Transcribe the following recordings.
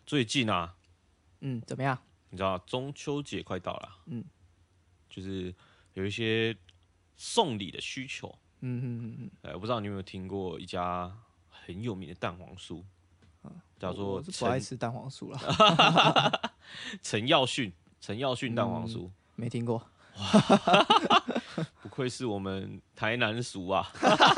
最近啊， 怎么样？ 你知道中秋节快到了， 嗯， 就是有一些送礼的需求。我不知道你有没有听过一家很有名的蛋黄酥，叫做我是不爱吃蛋黄酥啦， 陈耀迅蛋黄酥。 没听过。 不愧是我们台南俗啊！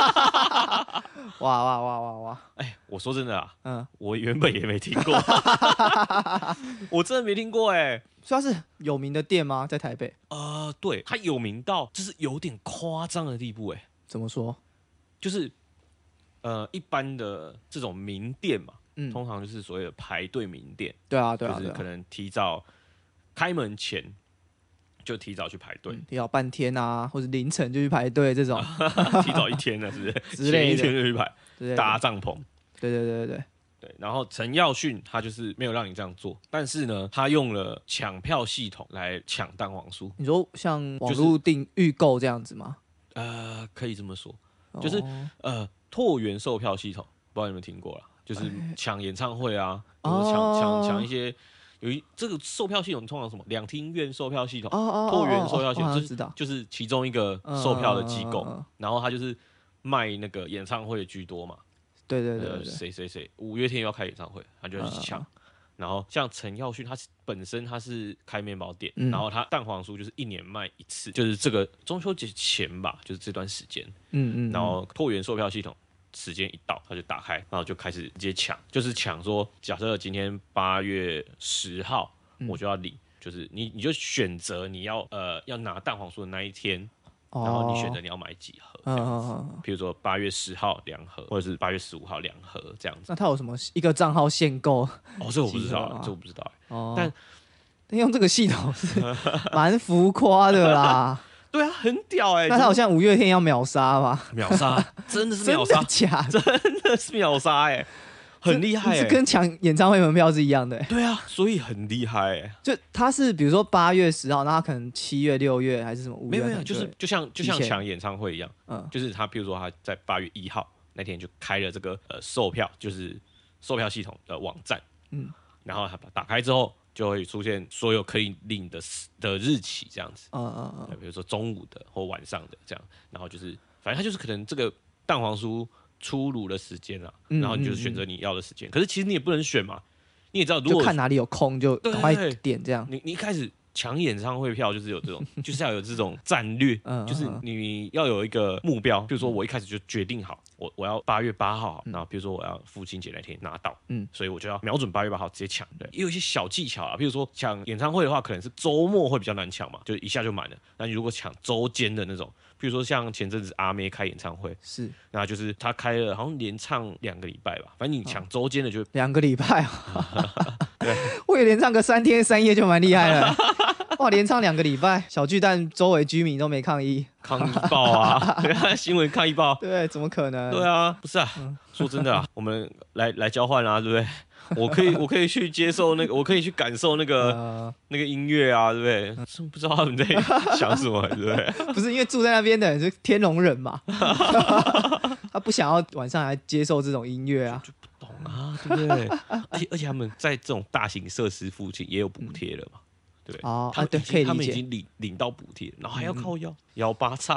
哇！ 我说真的啊，我原本也没听过，我真的没听过哎。 所以它是有名的店吗？在台北？ 对，它有名到就是有点夸张的地步哎。 怎么说？ 就是一般的这种名店嘛，通常就是所谓的排队名店。 对啊， 就是可能提早开门前就提早去排队， 提早半天啊，或者凌晨就去排队这种， 提早一天呢，是不是？ 之类的前一天就去排，搭帐篷。 对。 然后陈耀迅他就是没有让你这样做，但是呢，他用了抢票系统来抢蛋黄酥。 你说像网络预购这样子吗？ 可以这么说，就是拓元售票系统，不知道你有没有听过啦？就是抢演唱会啊，抢一些。这个售票系统通常什么两厅院售票系统，拓元售票系统就是其中一个售票的机构，然后他就是卖那个演唱会居多嘛。 对， 谁五月天要开演唱会，他就去抢。然后像陈耀迅，他本身他是开面包店，然后他蛋黄酥就是1年卖一次，就是这个中秋节前吧，就是这段时间。然后拓元售票系统时间一到，他就打开，然后就开始直接抢，就是抢说，假设今天8月10号我就要领，就是你就选择你要拿蛋黄酥的那一天。然后你选择你要买几盒这样子，比如说8月10号2盒，或者是8月15号2盒这样子。 那他有什么一个账号限购？ 这我不知道，但用这个系统是蛮浮夸的啦。 对啊，很屌哎。 那他好像5月天要秒杀吧？ 秒杀，真的是秒杀， 假的？ 真的是秒杀哎。很厉害， 是跟抢演唱会门票是一样的。 对啊，所以很厉害哎。 就他是比如说8月10号，那他可能7月、6月还是什么5月？ 没有，就像抢演唱会一样，就是他比如说他在8月1号那天就开了这个售票，就是售票系统的网站，然后他打开之后就会出现所有可以领的日期这样子，比如说中午的或晚上的这样，然后就是反正他就是可能这个蛋黄酥出炉的时间啊，然后你就选择你要的时间。可是其实你也不能选嘛，你也知道，如果就看哪里有空就赶快点这样。 你一开始抢演唱会票就是有这种，就是要有这种战略，就是你要有一个目标。比如说我一开始就决定好，我要8月8号，然后比如说我要父亲节那天拿到，所以我就要瞄准8月8号直接抢。对，也有一些小技巧啊，比如说抢演唱会的话，可能是周末会比较难抢嘛，就一下就满了。那你如果抢周间的那种。比如说像前阵子阿妹开演唱会， 是， 那就是她开了好像连唱2个礼拜吧，反正你抢周间的就 2个礼拜对，我以为连唱个3天3夜就蛮厉害了。哇，连唱2个礼拜，小巨蛋周围居民都没抗议爆啊！新闻抗议爆， 对，怎么可能？ 对啊，不是啊，说真的啊，我们来交换啊，对不对？我可以去接受那个，我可以去感受那个音乐啊，对不对？不知道他们在想什么，对不对？ 不是因为住在那边的人是天龙人嘛，他不想要晚上来接受这种音乐啊， 就不懂啊，对不对？而且他们在这种大型设施附近也有补贴了嘛，对不对？ 对，可以理解， 他们已经领到补贴，然后还要靠腰八叉。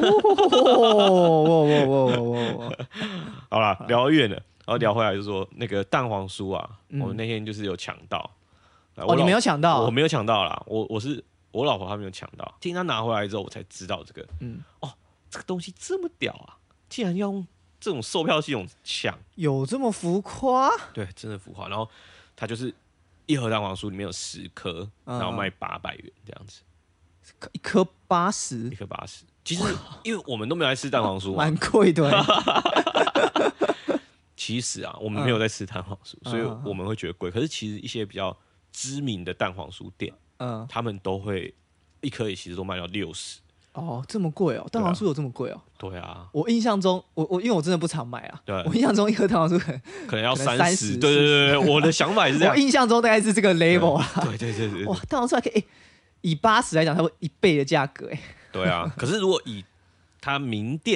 好啦，聊远了。然后聊回来就说那个蛋黄酥啊，我们那天就是有抢到。 你没有抢到？ 我没有抢到啦，我老婆她没有抢到。听她拿回来之后，我才知道这个。这个东西这么屌啊！竟然要用这种售票系统抢， 有这么浮夸？ 对，真的浮夸。然后它就是一盒蛋黄酥里面有10颗，然后卖800元这样子， 一颗80， 一颗80。其实因为我们都没有来吃蛋黄酥， 蛮贵的。 其实啊，我们没有在吃蛋黄酥，所以我们会觉得贵。可是其实一些比较知名的蛋黄酥店，他们都会一颗也其实都卖到60。 这么贵哦？蛋黄酥有这么贵哦？ 对啊， 我印象中，因为我真的不常买啊。 对， 我印象中一颗蛋黄酥可能要30。对，我的想法也是这样。 我印象中大概是这个 level 啊。 对。 哇，蛋黄酥还可以，以80来讲，差不多1倍的价格哎。 对啊，可是如果以它名店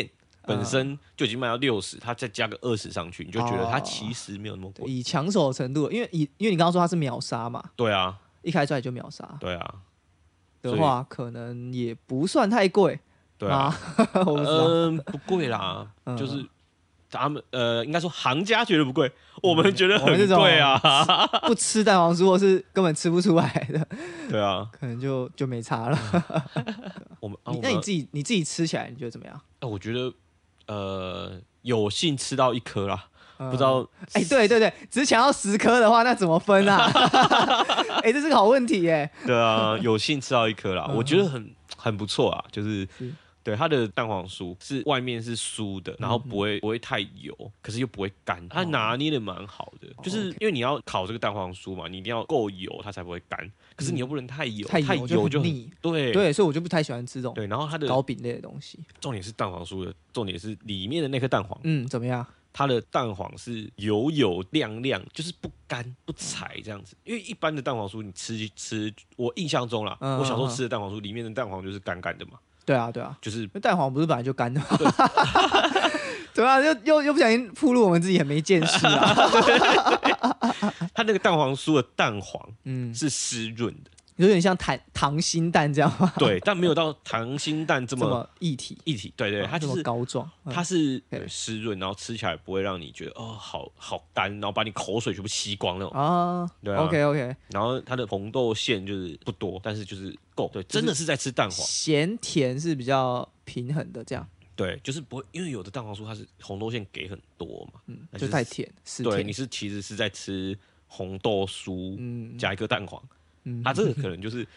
本身就已经卖到60，他再加个20上去，你就觉得他其实没有那么贵。 以抢手的程度，因为你刚刚说他是秒杀嘛， 对啊， 一开出来就秒杀， 对啊的话可能也不算太贵。 对啊， 我不知道， 不贵啦，就是他们应该说行家觉得不贵，我们觉得很贵啊。 不吃蛋黄酥或是根本吃不出来的， 对啊， 可能就没差了。那你自己吃起来你觉得怎么样？ 我觉得有幸吃到1颗啦。不知道， 对，只抢到10颗的话，那怎么分啊？这是个好问题耶。 对啊，有幸吃到1颗啦，我觉得很不错啊，就是对它的蛋黄酥是外面是酥的，然后不会太油，可是又不会干，它拿捏的蛮好的，就是因为你要烤这个蛋黄酥嘛，你一定要够油，它才不会干，可是你又不能太油，太油就腻。 对， 所以我就不太喜欢吃这种对，然后它的糕饼类的东西。 重点是蛋黄酥的，重点是里面的那颗蛋黄， 怎么样？ 它的蛋黄是油亮亮，就是不干不柴这样子。因为一般的蛋黄酥你吃，我印象中啦，我小时候吃的蛋黄酥里面的蛋黄就是干干的嘛。对啊，就是蛋黄不是本来就干的吗？对啊，又不小心暴露我们自己很没见识啊。 它那个蛋黄酥的蛋黄，是湿润的。 有点像溏心蛋这样吗？ 对，但没有到溏心蛋这么液体。 对，它就是膏状， 它是湿润，然后吃起来不会让你觉得好干，然后把你口水全部吸光那种啊。对啊 ，OK。 然后它的红豆馅就是不多，但是就是够，对，真的是在吃蛋黄， 咸甜是比较平衡的这样。 对，就是不会，因为有的蛋黄酥它是红豆馅给很多嘛， 就太甜， 对，你其实是在吃红豆酥加一个蛋黄。它这个可能就是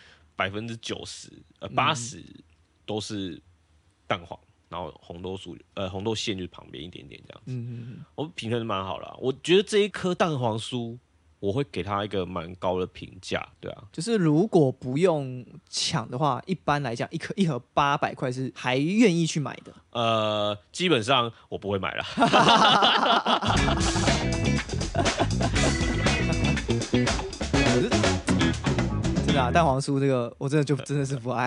90%、80%都是蛋黄，然后红豆馅就是旁边一点点这样子。我平衡的蛮好啦，我觉得这一颗蛋黄酥我会给它一个蛮高的评价，对啊。 就是如果不用抢的话，一般来讲一盒800块是还愿意去买的。基本上我不会买了。 真的蛋黄酥这个，我真的是不爱，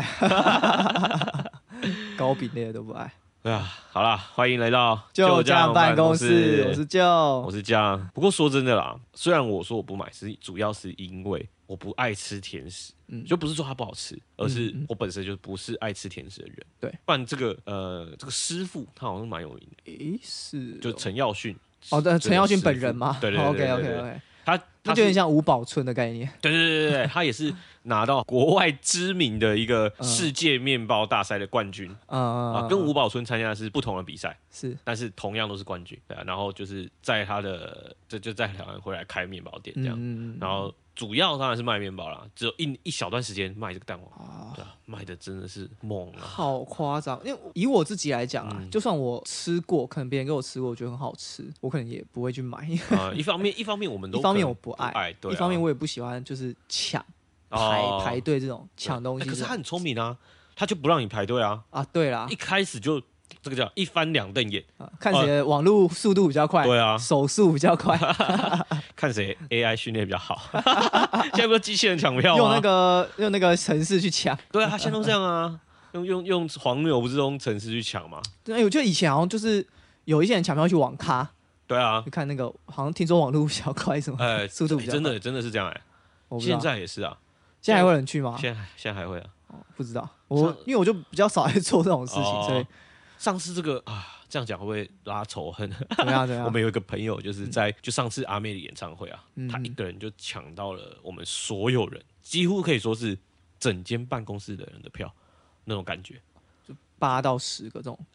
糕饼类的都不爱。 对啊，好啦，欢迎来到就这样办公室，我是我是这样。不过说真的啦，虽然我说我不买，主要是因为我不爱吃甜食，就不是说它不好吃，而是我本身就不是爱吃甜食的人。 对， 不然这个师傅他好像蛮有名的， 是就陈耀迅。 对，陈耀迅本人吗？ 对 ，OK。 他就有点像吴宝春的概念。 对，他也是拿到国外知名的一个世界面包大赛的冠军。跟吴宝春参加的是不同的比赛，但是同样都是冠军。对啊，然后就是在他的就在台湾回来开面包店这样，然后主要当然是卖面包啦，只有一小段时间卖这个蛋黄，对啊，卖的真的是猛啊， 好夸张。因为以我自己来讲啊，就算我吃过，可能别人给我吃过，我觉得很好吃，我可能也不会去买。一方面我们都一方面我不爱，对，一方面我也不喜欢就是抢排队这种抢东西。 可是他很聪明啊，他就不让你排队啊。 对啦， 一开始就这个叫一翻两瞪眼， 看谁的网络速度比较快， 对啊， 手速比较快， 看谁 AI 训练比较好。现在不是机器人抢票吗？ 用那个程式去抢。 对啊，他现在都这样啊，用黄牛不是用程式去抢吗？ 对，我觉得以前好像就是有一些人抢票去网咖。 对啊， 就看那个好像听说网络比较快什么，速度比较快， 真的是这样现在也是啊， 现在还会有人去吗？ 现在还会啊？ 不知道，因为我就比较少爱做这种事情，所以上次这个这样讲会不会拉仇恨？ 怎么样？ 我们有一个朋友就是就上次阿妹的演唱会啊，他一个人就抢到了我们所有人，几乎可以说是整间办公室的人的票，那种感觉， 就8到10个这种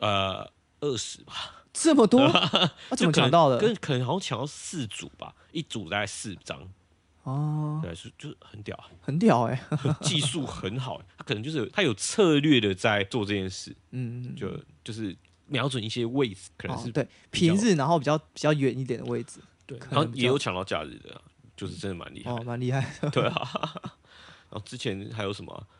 ，20吧。 这么多，怎么抢到的？ 可能好像抢到4组吧，一组大概4张。对，就是很屌， 很屌技术很好，他可能就是他有策略的在做这件事，就是瞄准一些位置，可能是对平日，然后比较远一点的位置， 对，然后也有抢到假日的，就是真的蛮厉害， 蛮厉害的， 对啊。然后之前还有什么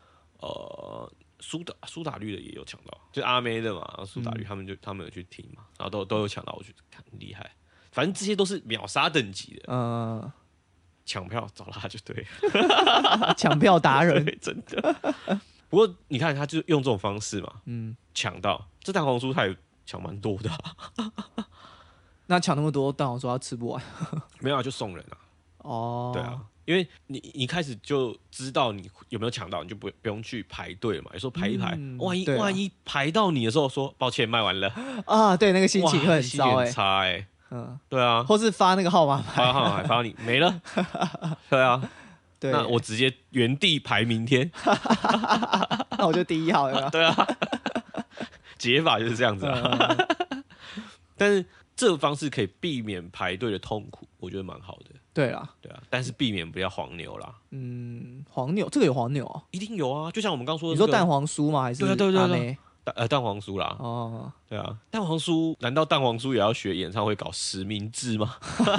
苏打绿的也有抢到，就阿妹的嘛，然后苏打绿他们有去听嘛，然后都有抢到，我觉得很厉害。反正这些都是秒杀等级的，抢票找他就对了， 抢票达人真的。不过你看，他就用这种方式嘛，抢到这蛋黄酥，他也抢蛮多的、 那抢那么多，蛋黄酥他吃不完？ 没有啊，就送人啊。哦，对啊，因为你开始就知道你有没有抢到，你就不用去排队了嘛。有时候排一排，万一排到你的时候说抱歉卖完了啊，对，那个心情会很糟很差对啊， 或是发那个号码牌， 发号码牌发你没了，对啊，对，那我直接原地排明天， 那我就第1号了。 对啊，解法就是这样子啊。但是这个方式可以避免排队的痛苦，我觉得蛮好的。 对啦， 对啊，但是避免不要黄牛啦。 黄牛这个有黄牛啊？ 一定有啊，就像我们刚说的， 你说蛋黄酥吗？还是对。 蛋黄酥啦，对啊，蛋黄酥，难道蛋黄酥也要学演唱会搞实名制吗？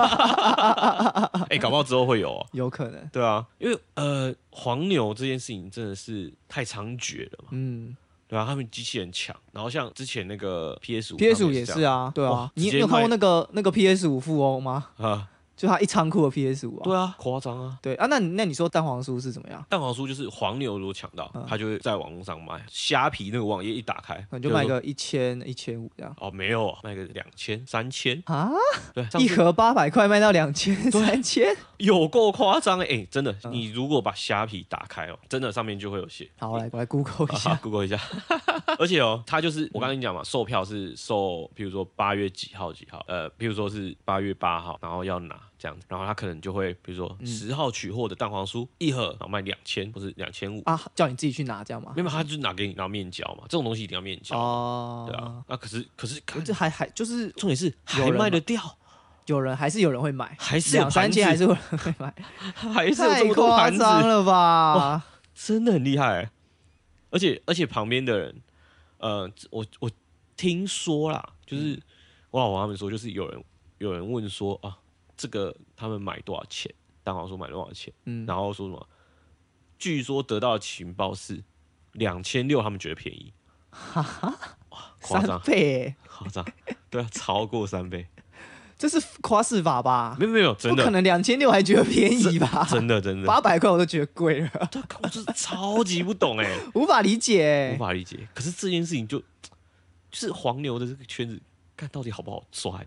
搞不好之后会有哦， 有可能。 对啊，因为黄牛这件事情真的是太猖獗了嘛，对啊，他们机器人抢，然后像之前那个 PS5 也是啊，对啊，你有看过那个 PS5 富翁吗？就他一仓库的 PS5啊， 对啊，夸张啊， 对啊，那你说蛋黄酥是怎么样？ 蛋黄酥就是黄牛如果抢到，他就会在网络上卖，虾皮那个网页一打开， 可能就卖个1000、1500这样。 哦，没有，卖个2000、3000 啊？ 对， 一盒800块卖到2000、3000， 有够夸张真的，你如果把虾皮打开哦，真的上面就会有写。 好，我来 Google 一下 ，Google 一下。而且它就是我刚跟你讲嘛，售票是售，比如说8月几号，比如说是8月8号，然后要拿。这样子，然后他可能就会，比如说10号取货的蛋黄酥一盒，然后卖2000或是2500 啊，叫你自己去拿这样吗？ 没有，他就拿给你，然后面交嘛，这种东西一定要面交哦。对啊，那可是， 这还就是重点是还卖得掉， 还是有人会买， 还是有 2-3千还是有人会买， 还是有这么多盘子， 太夸张了吧？ 真的很厉害，而且旁边的人，我听说啦，就是我老婆他们说，就是有人问说啊。这个他们买多少钱？蛋黄酥买多少钱？然后说什么？据说得到的情报是2600，他们觉得便宜。 哈哈， 夸张 3倍， 夸张，对啊，超过3倍。 这是夸饰法吧？ 没有，真的不可能2600还觉得便宜吧？ 真的 800块我都觉得贵了。 对，我就是超级不懂无法理解， 无法理解。可是这件事情就是黄牛的这个圈子。看到底好不好赚？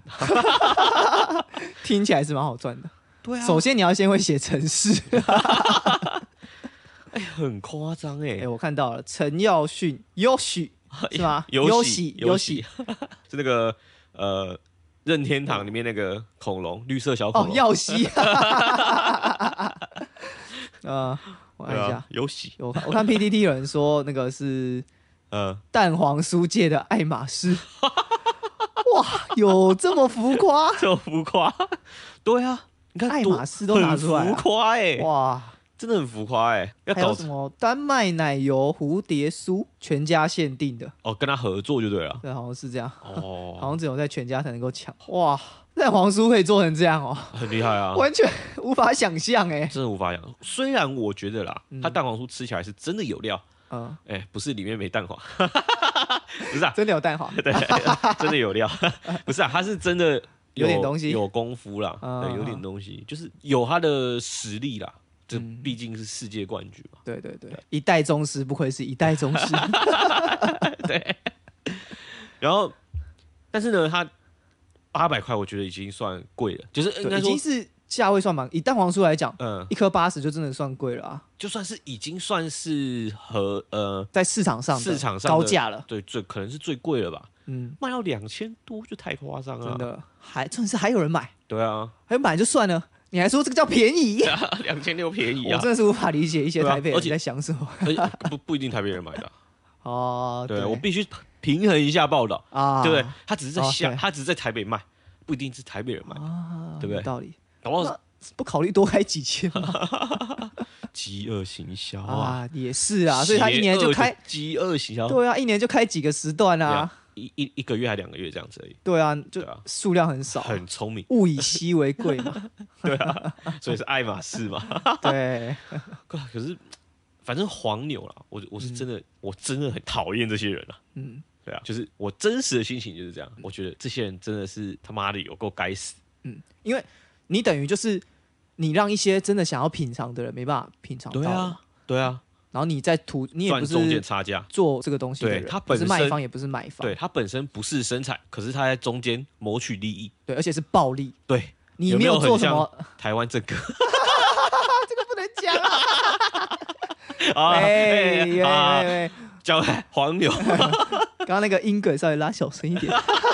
听起来是蛮好赚的。 对啊， 首先你要先会写程式。 很夸张我看到了，陈耀迅 Yoshi 是吗？Yoshi 是那个任天堂里面那个恐龙，绿色小恐龙。 哦，耀西。我看一下 ，Yoshi。 我看 PTT 有人说那个是蛋黄酥界的爱马仕。哇，有这么浮夸？ 这么浮夸？对啊，你看爱马仕都拿出来， 浮夸哇， 真的很浮夸还有什么丹麦奶油蝴蝶酥，全家限定的哦，跟他合作就对了。 对，好像是这样哦，好像只有在全家才能够抢。哇，蛋黄酥可以做成这样哦， 很厉害啊， 完全无法想象真的无法想象。虽然我觉得啦，它蛋黄酥吃起来是真的有料。不是里面没蛋黄，不是啊， 真的有蛋黄， 对，真的有料，不是啊，他是真的有点东西， 有功夫啦，对，有点东西，就是有他的实力啦。这毕竟是世界冠军嘛， 对，一代宗师，不愧是一代宗师， 对。然后，但是呢，他800块，我觉得已经算贵了，就是应该说已经是。价位算蛮，以蛋黄酥来讲，一颗80就真的算贵了啊。 就算是已经算是在市场上高价了， 对，可能是最贵了吧。卖到2000多就太夸张了， 真的，真的是还有人买。 对啊， 还有买就算了，你还说这个叫便宜 ？2600便宜啊！ 我真的是无法理解一些台北人在想什么。 不一定台北人买的哦。 对，我必须平衡一下报道啊，对不对？他只是他只是在台北卖，不一定是台北人买，对不对？ 有道理。 那不考虑多开几千吗？ 饥饿行销啊，也是啊，所以他一年就开饥饿行销。 对啊，一年就开几个时段啊， 一个月还2个月这样子而已。 对啊，就数量很少， 很聪明， 物以稀为贵嘛。 对啊，所以是爱马仕嘛。 对， 可是反正黄牛啦，我是真的，我真的很讨厌这些人啊。对啊，就是我真实的心情就是这样。我觉得这些人真的是他妈的有够该死。 因为你等于就是你让一些真的想要品尝的人没办法品尝到。 对啊， 然后你在你也不是中间差价做这个东西的人， 对，他本身不是卖方也不是买方， 对，他本身不是生产，可是他在中间谋取利益， 对，而且是暴利， 对， 你没有做什么， 台湾这个这个不能讲啊，哎， 讲黄牛， 刚刚那个音轨稍微拉小声一点，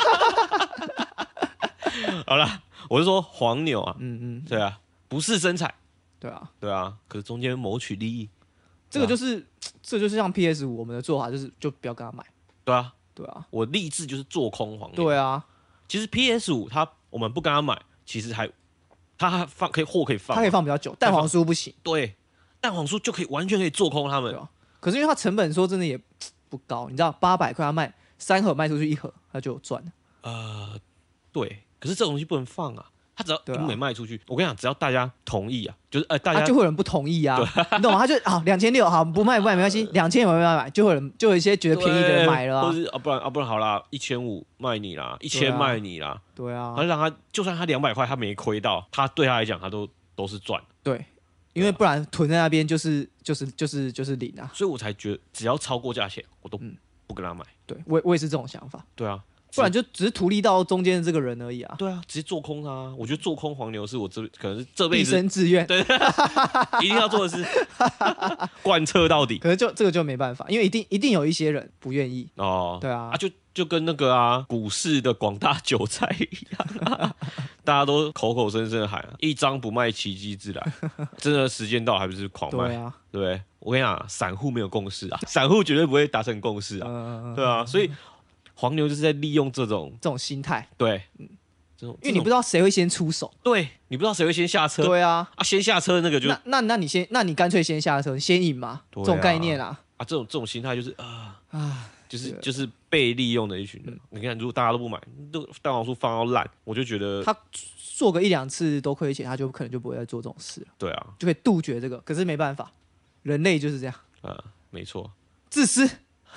好啦，我是说黄牛啊，对啊，不是生产， 对啊， 可是中间谋取利益， 这就是像 PS5 我们的做法，就不要跟他买， 对啊，我立志就是做空黄牛， 对啊， 其实 PS5 我们不跟他买，其实他可以放， 它可以放比较久，蛋黄酥不行， 对，蛋黄酥就完全可以做空他们， 可是因为它成本说真的也不高，你知道800块他卖3盒卖出去1盒，他就有赚了， 对，可是这种东西不能放啊。他只要英美卖出去，我跟你讲，只要大家同意啊，就是大家就会有人不同意啊，你懂吗？他就好2600，好不卖没关系，2000也没办法买，就有一些觉得便宜的人买了， 或者是不然好啦，1500卖你啦，1000卖你啦， 对啊， 他让他就算他200块他没亏到，他对他来讲他都是赚， 对，因为不然囤在那边就是零啊， 所以我才觉得只要超过价钱，我都不跟他买， 对我也是这种想法， 对啊。 不然就只是图利到中间的这个人而已啊！ 对啊，直接做空他。我觉得做空黄牛是我可能是这辈子毕生志愿， 对，一定要做的事，贯彻到底。 可是这个就没办法，因为一定有一些人不愿意哦。对啊， 就跟那个股市的广大韭菜一样，大家都口口声声的喊一张不卖，奇迹自来。真的时间到还不是狂卖？对啊，对不对？我跟你讲，散户没有共识啊，散户绝对不会达成共识啊。对啊，所以。黄牛就是在利用这种心态， 对， 因为你不知道谁会先出手， 对你不知道谁会先下车， 对啊， 先下车那个就那你干脆先下车，先赢嘛，这种概念啊， 这种心态就是就是被利用的一群人。你看，如果大家都不买，蛋黄酥放到烂，我就觉得他做个1-2次都亏钱，他可能就不会再做这种事了。对啊，就可以杜绝这个，可是没办法，人类就是这样， 没错， 自私。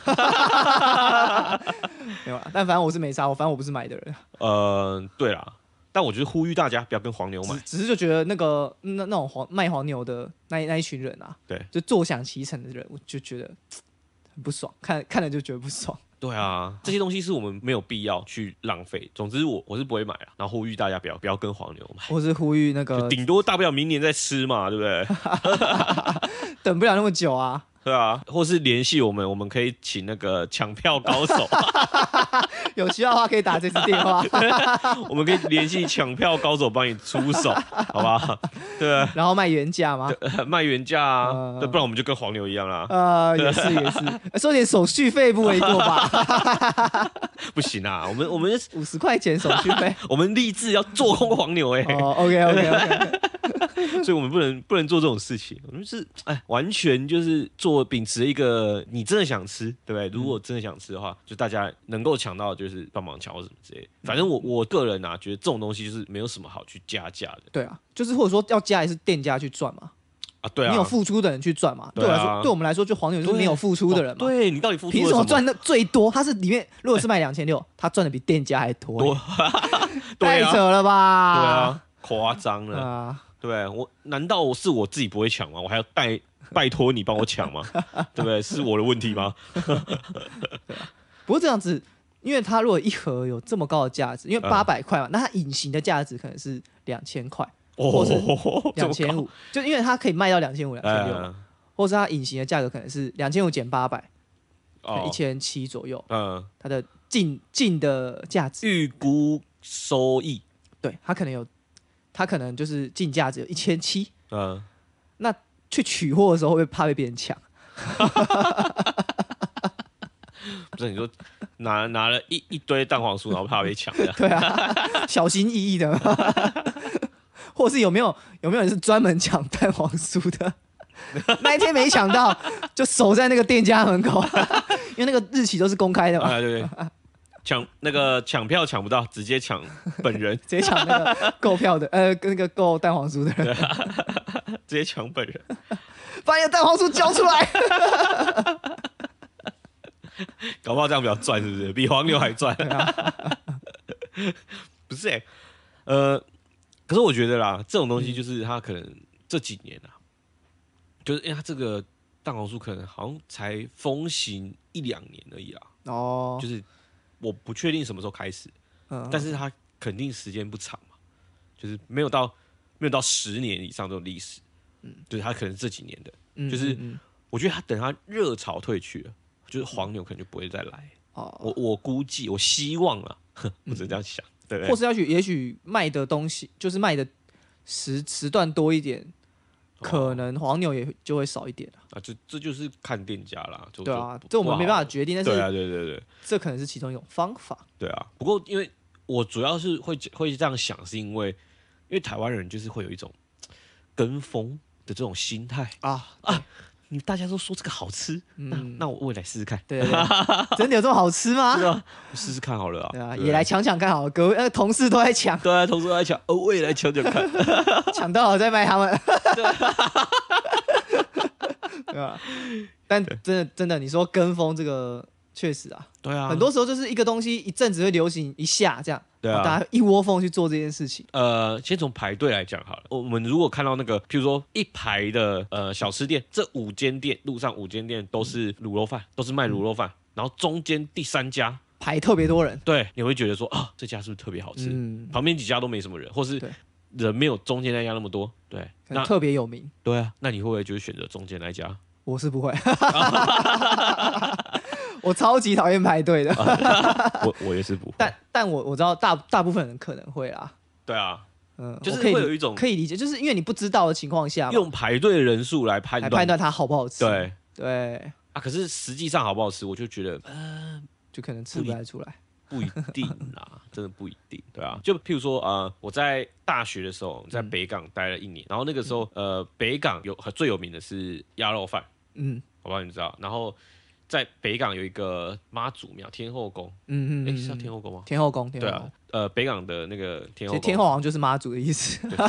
没有啦，但反正我是没差，反正我不是买的人。 对啦，但我觉得呼吁大家不要跟黄牛买， 只是就觉得那种卖黄牛的那一群人啊，对，就坐享其成的人，我就觉得很不爽，看了就觉得不爽。 对啊，这些东西是我们没有必要去浪费。总之我是不会买啦，然后呼吁大家不要跟黄牛买， 或是呼吁那个， 顶多大不了明年再吃嘛，对不对？ 等不了那么久啊。 对啊，或是联系我们可以请那个抢票高手， 有需要的话可以打这支电话， 我们可以联系抢票高手帮你出手，好不好？对， 然后卖原价吗？ 卖原价啊，对，不然我们就跟黄牛一样啦。 也是，收点手续费不为过吧？ 不行啊，我们 50块钱手续费， 我们立志要做空黄牛 OK， 所以我们不能做这种事情，我们是完全就是秉持一个你真的想吃，对不对？如果真的想吃的话，就大家能够抢到就是帮忙抢或什么之类的。反正我个人觉得这种东西就是没有什么好去加价的。 对啊，就是或者说要加也是店家去赚嘛。 对啊， 你有付出的人去赚嘛？对我们来说，就黄牛就是没有付出的人嘛。 对你到底付出凭什么赚的最多？他是里面如果是卖2600，他赚的比店家还多，太扯了吧？ 对啊，夸张了。对，难道是我自己不会抢吗？我还要拜托你帮我抢吗？对不对？是我的问题吗？ 不过这样子，因为它如果一盒有这么高的价值，因为800块嘛，那它隐形的价值可能是2000块，或是2500，就因为它可以卖到2500、2600，或是它隐形的价格可能是2500减800，1700左右。它的净的价值， 预估收益， 对，它可能就是净价值有1700。那去取货的时候会怕被别人抢。 不是你说拿了一堆蛋黄酥，然后怕被抢的？ 对啊，小心翼翼的。或是有没有人是专门抢蛋黄酥的？那一天没抢到，就守在那个店家门口，因为那个日期都是公开的嘛。 对。抢票抢不到，直接抢本人， 直接抢那个购票的，那个购蛋黄酥的人， 直接抢本人， 把你的蛋黄酥交出来。 搞不好这样比较赚，是不是？比黄牛还赚？不是可是我觉得啦，这种东西就是他可能这几年啊，就是因为他这个蛋黄酥可能好像才风行1-2年而已啦。 哦， 就是我不确定什么时候开始，但是它肯定时间不长嘛，就是没有到10年以上这种历史。就是它可能这几年的，就是我觉得它等它热潮退去了，就是黄牛可能就不会再来。我估计，我希望啊，我只能这样想，对不对？ 或是也许卖的东西就是卖的时段多一点，可能黄牛也就会少一点啊。这就是看店家啦， 对啊，这我们没办法决定，但是对啊，对， 这可能是其中一种方法。 对啊，不过因为我主要是会这样想，是因为台湾人就是会有一种跟风的这种心态啊，你大家都说这个好吃，那我也来试试看。 对，真的有这么好吃吗？ 是啊，试试看好了啊。 对啊，也来抢抢看好了，各位同事都在抢。 对啊，同事都在抢，我也来抢抢看， 抢到了再卖他们。对吧？但真的，你说跟风这个确实啊， 对啊， 很多时候就是一个东西一阵子会流行一下这样，对啊，大家一窝蜂去做这件事情。 先从排队来讲好了。我们如果看到那个，譬如说一排的小吃店，这5间店，路上5间店都是卤肉饭，都是卖卤肉饭，然后中间第3家排特别多人， 对，你会觉得说啊，这家是不是特别好吃？旁边几家都没什么人，或是人没有中间那家那么多，对， 那特别有名。 对啊，那你会不会就是选择中间那家？ 我是不会，我超级讨厌排队的。 我也是不会， 但我知道大部分人可能会啦。 对啊，就是会有一种可以理解，就是因为你不知道的情况下， 用排队的人数来判断它好不好吃。对啊，可是实际上好不好吃，我就觉得就可能吃不太出来。 不一定啦，真的不一定，对啊。就譬如说，我在大学的时候在北港待了1年，然后那个时候，北港最有名的是鸭肉饭，好不好？你知道？然后在北港有一个妈祖庙天后宫，是叫天后宫吗？ 天后宫， 对啊，北港的那个天后宫， 其实天后好像就是妈祖的意思。 对。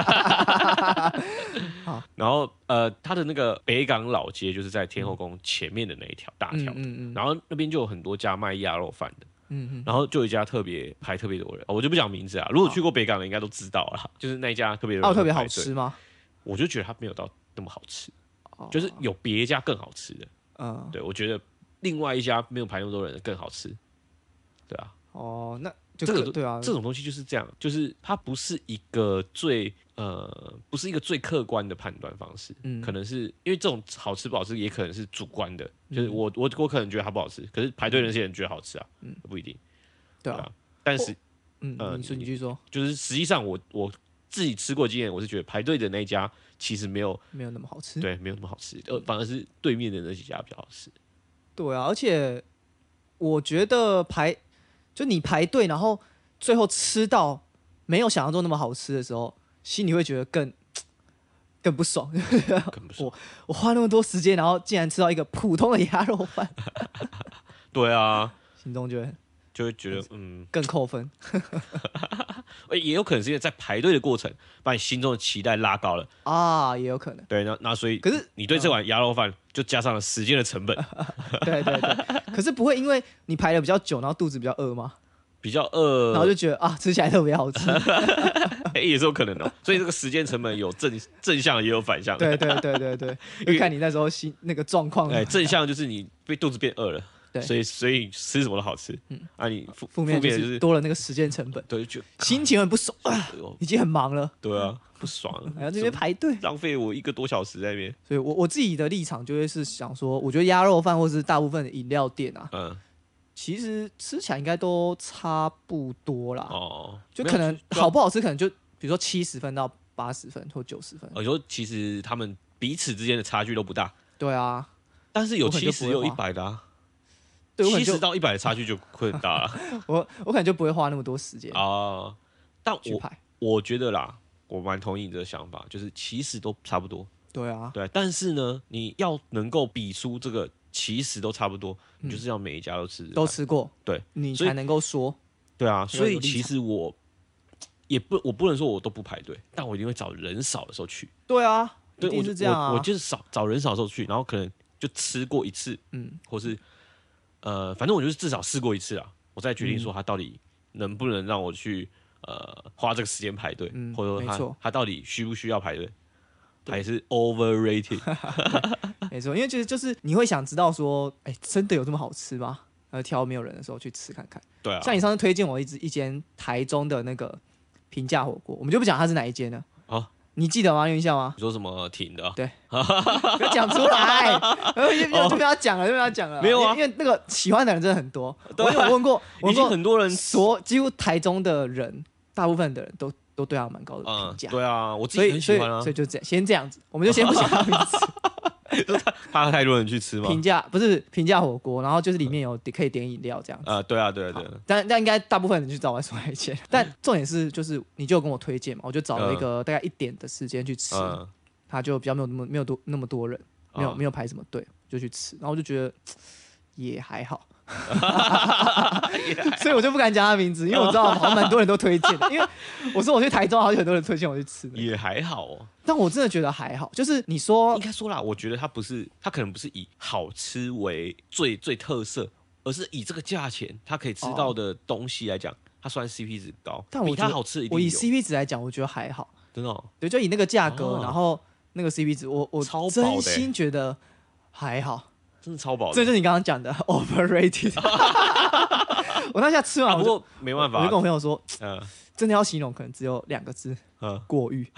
好，然后它的那个北港老街就是在天后宫前面的那一条大条，然后那边就有很多家卖鸭肉饭的。然后就有一家排特别多人，我就不讲名字啊。如果去过北港的应该都知道啦，就是那一家特别多人。 特别好吃吗？ 我就觉得它没有到那么好吃，就是有别家更好吃的。对，我觉得另外一家没有排那么多人的更好吃。对啊。 那就对啊， 这种东西就是这样，就是它不是一个最客观的判断方式。可能是因为这种好吃不好吃也可能是主观的，就是我可能觉得它不好吃，可是排队那些人觉得好吃啊，不一定。 对啊， 但是你继续说， 就是实际上我自己吃过经验，我是觉得排队的那一家其实没有那么好吃， 对，没有那么好吃，反而是对面的那几家比较好吃。 对啊，而且我觉得就你排队，然后最后吃到没有想象中那么好吃的时候，心里会觉得更不爽。我花那么多时间，然后竟然吃到一个普通的鸭肉饭。 对啊， 心中就会觉得更扣分。 也有可能是因为在排队的过程，把你心中的期待拉高了啊，也有可能。 对，那所以， 可是你对这碗鸭肉饭就加上了时间的成本。 对。可是不会因为你排的比较久，然后肚子比较饿吗？ 比较饿， 然后就觉得吃起来特别好吃。 也是有可能的。所以这个时间成本有正向也有反向。 对，因为看你那时候那个状况。 正向就是你肚子变饿了。 对， 所以吃什么都好吃。你负面就是多了那个时间成本。 对，就心情很不爽已经很忙了。 对啊，不爽， 还要这边排队， 浪费我1个多小时在那边。 所以我自己的立场就会是想说，我觉得鸭肉饭或是大部分的饮料店其实吃起来应该都差不多啦。就可能好不好吃，可能就比如说70分到80分或90分。 我说其实他们彼此之间的差距都不大。 对啊， 但是有70有100的啊。70到100的差距就会很大了。 我可能就不会花那么多时间但我觉得啦，我蛮同意你的想法，就是其实都差不多。 对啊， 对，但是呢，你要能够比出这个其实都差不多，你就是要每一家都吃过，对， 你才能够说。 对啊，所以其实我不能说我都不排队，但我一定会找人少的时候去。 对啊，一定是这样啊。 我就是找人少的时候去，然后可能就吃过一次，或是反正我就是至少试过一次啊，我再决定说他到底能不能让我去花这个时间排队，或者说他到底需不需要排队。 还是 overrated？ 没错，因为就是你会想知道说，真的有这么好吃吗？挑没有人的时候去吃看看。 对啊， 像你上次推荐我一间台中的那个平价火锅，我们就不讲它是哪一间了。你记得吗？有印象吗？ 你说什么挺的？ 对，不要讲出来，就不要讲了，就不要讲了。 没有啊， 因为那个喜欢的人真的很多。我有问过， 已经很多人几乎台中的人，大部分的人都对他蛮高的评价。 对啊，我自己很喜欢啊。 所以就先这样子，我们就先不讲他名字。 怕太多人去吃吗？ 不是平价火锅，然后就是里面可以点饮料这样子。 对啊。 但应该大部分人去找我说一些，但重点是就是你就跟我推荐嘛，我就找了一个大概1点的时间去吃，他就比较没有那么多人，没有排什么队，就去吃，然后我就觉得也还好。所以我就不敢讲他名字，因为我知道好像蛮多人都推荐的。因为我说我去台中，好像很多人推荐我去吃的。 也还好哦， 但我真的觉得还好。就是你说， 应该说啦，我觉得它可能不是以好吃为最特色，而是以这个价钱，它可以吃到的东西来讲，它虽然 CP 值高，但比它好吃一定有。 我以 CP 值来讲，我觉得还好。 真的哦？ 对，就以那个价格，然后那个 CP 值，我真心觉得还好。 真的超饱的， 这就是你刚刚讲的 overrated。我那下吃完， 不过没办法， 我就跟我朋友说，真的要形容，可能只有2个字，过誉。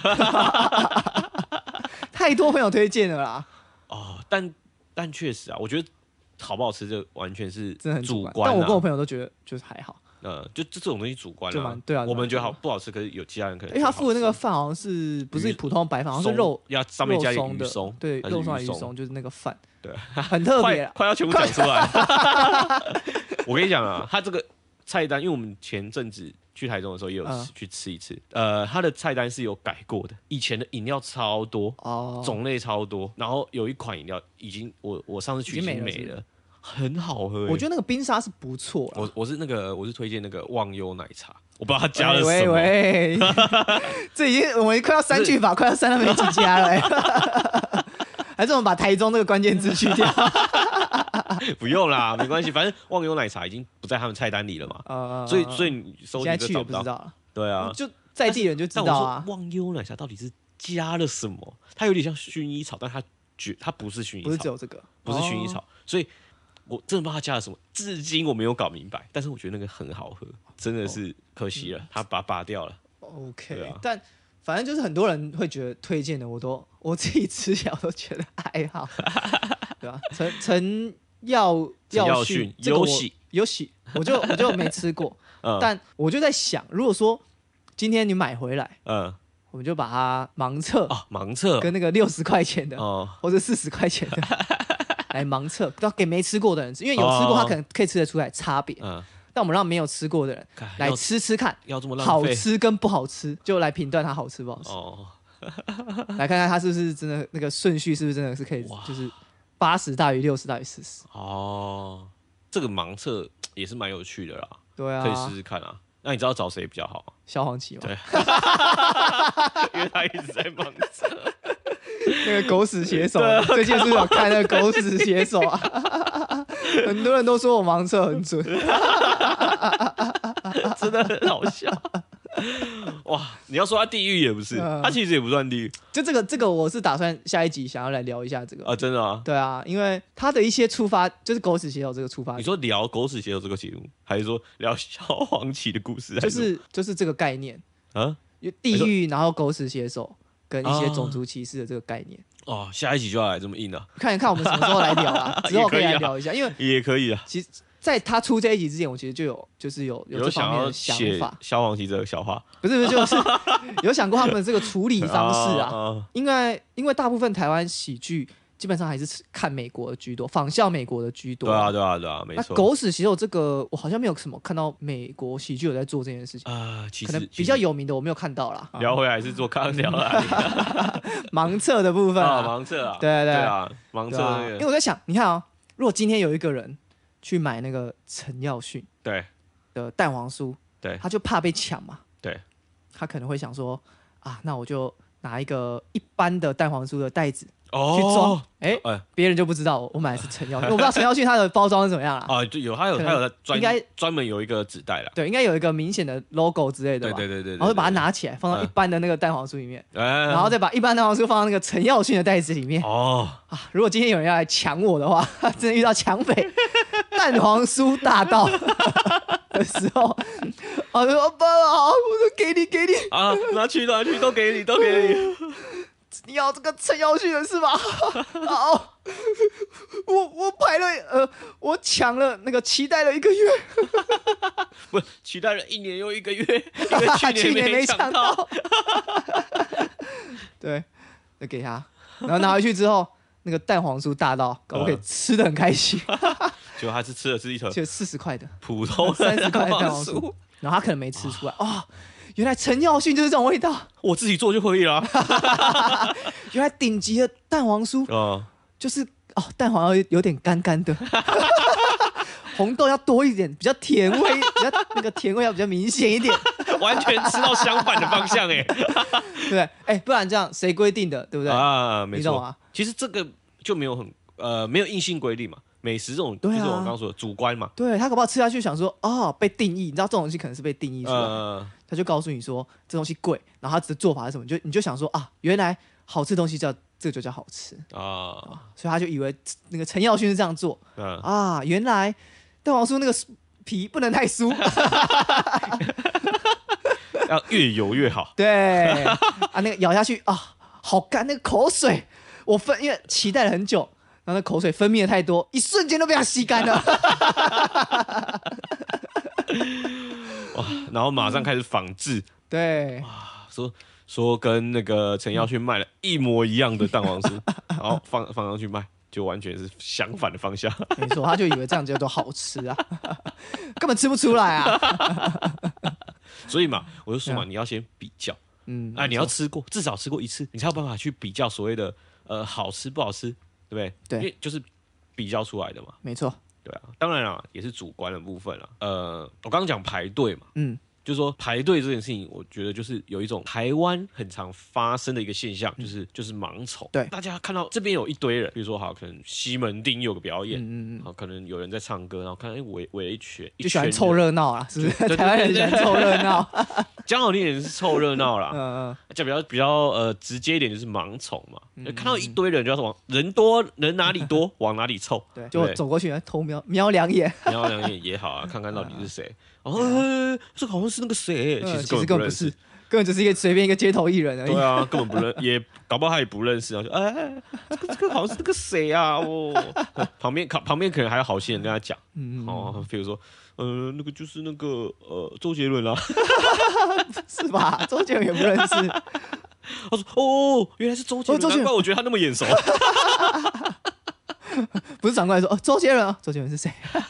太多朋友推荐了啦。 但确实啊，我觉得好不好吃，这完全是真的很主观。 但我跟我朋友都觉得就是还好。 就这种东西主观啊， 对啊， 我们觉得不好吃，可是有其他人可能。 因为他付的那个饭好像是不是普通白饭，好像是肉， 要上面加鱼松，对，肉松鱼松就是那个饭， 对， 很特别， 快要全部讲出来。我跟你讲啊，他这个菜单，因为我们前阵子去台中的时候也有去吃一次，他的菜单是有改过的，以前的饮料超多，种类超多，然后有一款饮料已经我上次去已经没了。很好喝， 我觉得那个冰沙是不错。 我是推荐那个忘忧奶茶，我不知道他加了什么。 这已经我们快要删去法，快要删到没几家了。还是我们把台中这个关键字去掉？ 不用啦，没关系，反正忘忧奶茶已经不在他们菜单里了嘛。所以你搜现在去也不知道。 对啊， 就在地人就知道啊。 忘忧奶茶到底是加了什么？它有点像薰衣草，但它不是薰衣草， 不是只有这个， 不是薰衣草，所以。我真的不知道他加了什么，至今我没有搞明白。但是我觉得那个很好喝，真的是可惜了，他把它拔掉了。 OK，但反正就是很多人会觉得推荐的，我自己吃起来我都觉得还好，对吧？陈耀迅有喜，我就没吃过，但我就在想，如果说今天你买回来，我们就把它盲测跟那个60块钱的，或者40块钱的。来盲测，要给没吃过的人吃，因为有吃过他可能可以吃得出来差别。但我们让没有吃过的人来吃看， 要这么浪费，好吃跟不好吃，就来评断它好吃不好吃。来看看它是不是真的那个顺序是不是真的是可以，就是80大于60大于40。 这个盲测也是蛮有趣的啦。 对啊， 可以试试看啊。那你知道找谁比较好吗？ 萧煌奇吗？ 对，因为他一直在盲测。 那个狗屎写手，最近是不是有看那个狗屎写手啊？很多人都说我盲测很准， 真的很好笑。哇，你要说他地狱也不是，他其实也不算地狱。 就这个，我是打算下一集想要来聊一下这个啊，真的啊？ 对啊，因为他的一些出发，就是狗屎写手这个出发。 你说聊狗屎写手这个节目，还是说聊萧煌奇的故事？ 就是这个概念啊，地狱，然后狗屎写手。跟一些种族歧视的这个概念下一集就要来这么硬了。 看一看我们什么时候来聊啊？之后可以来聊一下，因为也可以啊。 其实，在他出这一集之前，我其实就有这方面的想法。 萧煌奇这个笑话， 不是，就是有想过他们的这个处理方式啊。因为大部分台湾喜剧基本上还是看美国的居多，仿效美国的居多。 对啊，没错。 那狗屎写手这个，我好像没有什么看到美国喜剧有在做这件事情其实可能比较有名的我没有看到啦。 聊回来是做康聊啦， 盲测的部分盲测啊， 对啊，盲测那个。 因为我在想，你看如果今天有一个人去买那个陈耀迅的蛋黄酥，他就怕被抢嘛，他可能会想说那我就拿一个一般的蛋黄酥的袋子。 去装，别人就不知道我买的是陈耀迅，我不知道陈耀迅它的包装是怎么样啦。 啊，就有他有专门有一个纸袋啦， 对，应该有一个明显的 logo 之类的吧。 对， 然后就把它拿起来放到一般的那个蛋黄酥里面，然后再把一般蛋黄酥放到那个陈耀迅的袋子里面。如果今天有人要来抢我的话，真的遇到抢匪，蛋黄酥大盗的时候，我说爸好，我说给你啊，拿去都给你。 你要这个陈耀迅的是吧？好，我排了我抢了那个期待了1个月， 不期待了1年又1个月，因为去年没抢到。 对，就给他，然后拿回去之后，那个蛋黄酥大盗，我可以吃得很开心。 结果他是吃的是一盒就40块的普通 30块的蛋黄酥，然后他可能没吃出来原来陈耀迅就是这种味道， 我自己做就可以了。 原来顶级的蛋黄酥就是蛋黄有点干干的，红豆要多一点，比较甜味，那个甜味要比较明显一点。 完全吃到相反的方向对不对？不然这样谁规定的，对不对？ 没错。其实这个就没有没有硬性规定嘛。美食这种就是我刚刚说的主观嘛， 对他搞不好吃下去想说被定义，你知道这种东西可能是被定义出来的，他就告诉你说这东西贵，然后他的做法是什么，你就想说原来好吃的东西这个就叫好吃所以他就以为那个陈耀迅是这样做原来蛋黄酥那个皮不能太酥， 要越油越好， 对那个咬下去好干，那个口水因为期待了很久。然后那口水分泌的太多，一瞬间都被它吸干了。 然后马上开始仿制， 对， 说跟那个陈耀迅卖了一模一样的蛋黄酥，然后放上去卖，就完全是相反的方向。 没错，他就以为这样叫做好吃啊，根本吃不出来啊。 所以嘛，我就说嘛，你要先比较，你要吃过，至少吃过一次，你才有办法去比较所谓的好吃不好吃。对不对？ 对， 因为就是比较出来的嘛。 没错。 对啊，当然啦，也是主观的部分啦。我刚刚讲排队嘛，就是说排队这件事情，我觉得就是有一种台湾很常发生的一个现象，就是盲从。 对， 大家看到这边有一堆人，比如说可能西门町有个表演，可能有人在唱歌，然后看围了一圈， 就喜欢凑热闹啦，是不是？台湾人喜欢凑热闹。 讲好听点是凑热闹啦，讲比较直接一点就是盲从嘛。看到一堆人就要往人多人哪里多往哪里凑， 对，就走过去偷瞄2眼， 瞄2眼也好啊，看看到底是谁。这好像是那个谁，其实根本不是， 根本只是随便一个街头艺人而已。 对啊，根本不认，也搞不好他也不认识啊。这个好像是那个谁啊？旁边可能还有好心人跟他讲，比如说那个就是那个周杰伦啊， 是吧？周杰伦也不认识。 他说原来是周杰伦，难怪我觉得他那么眼熟。 不是长官说周杰伦啊，周杰伦是谁？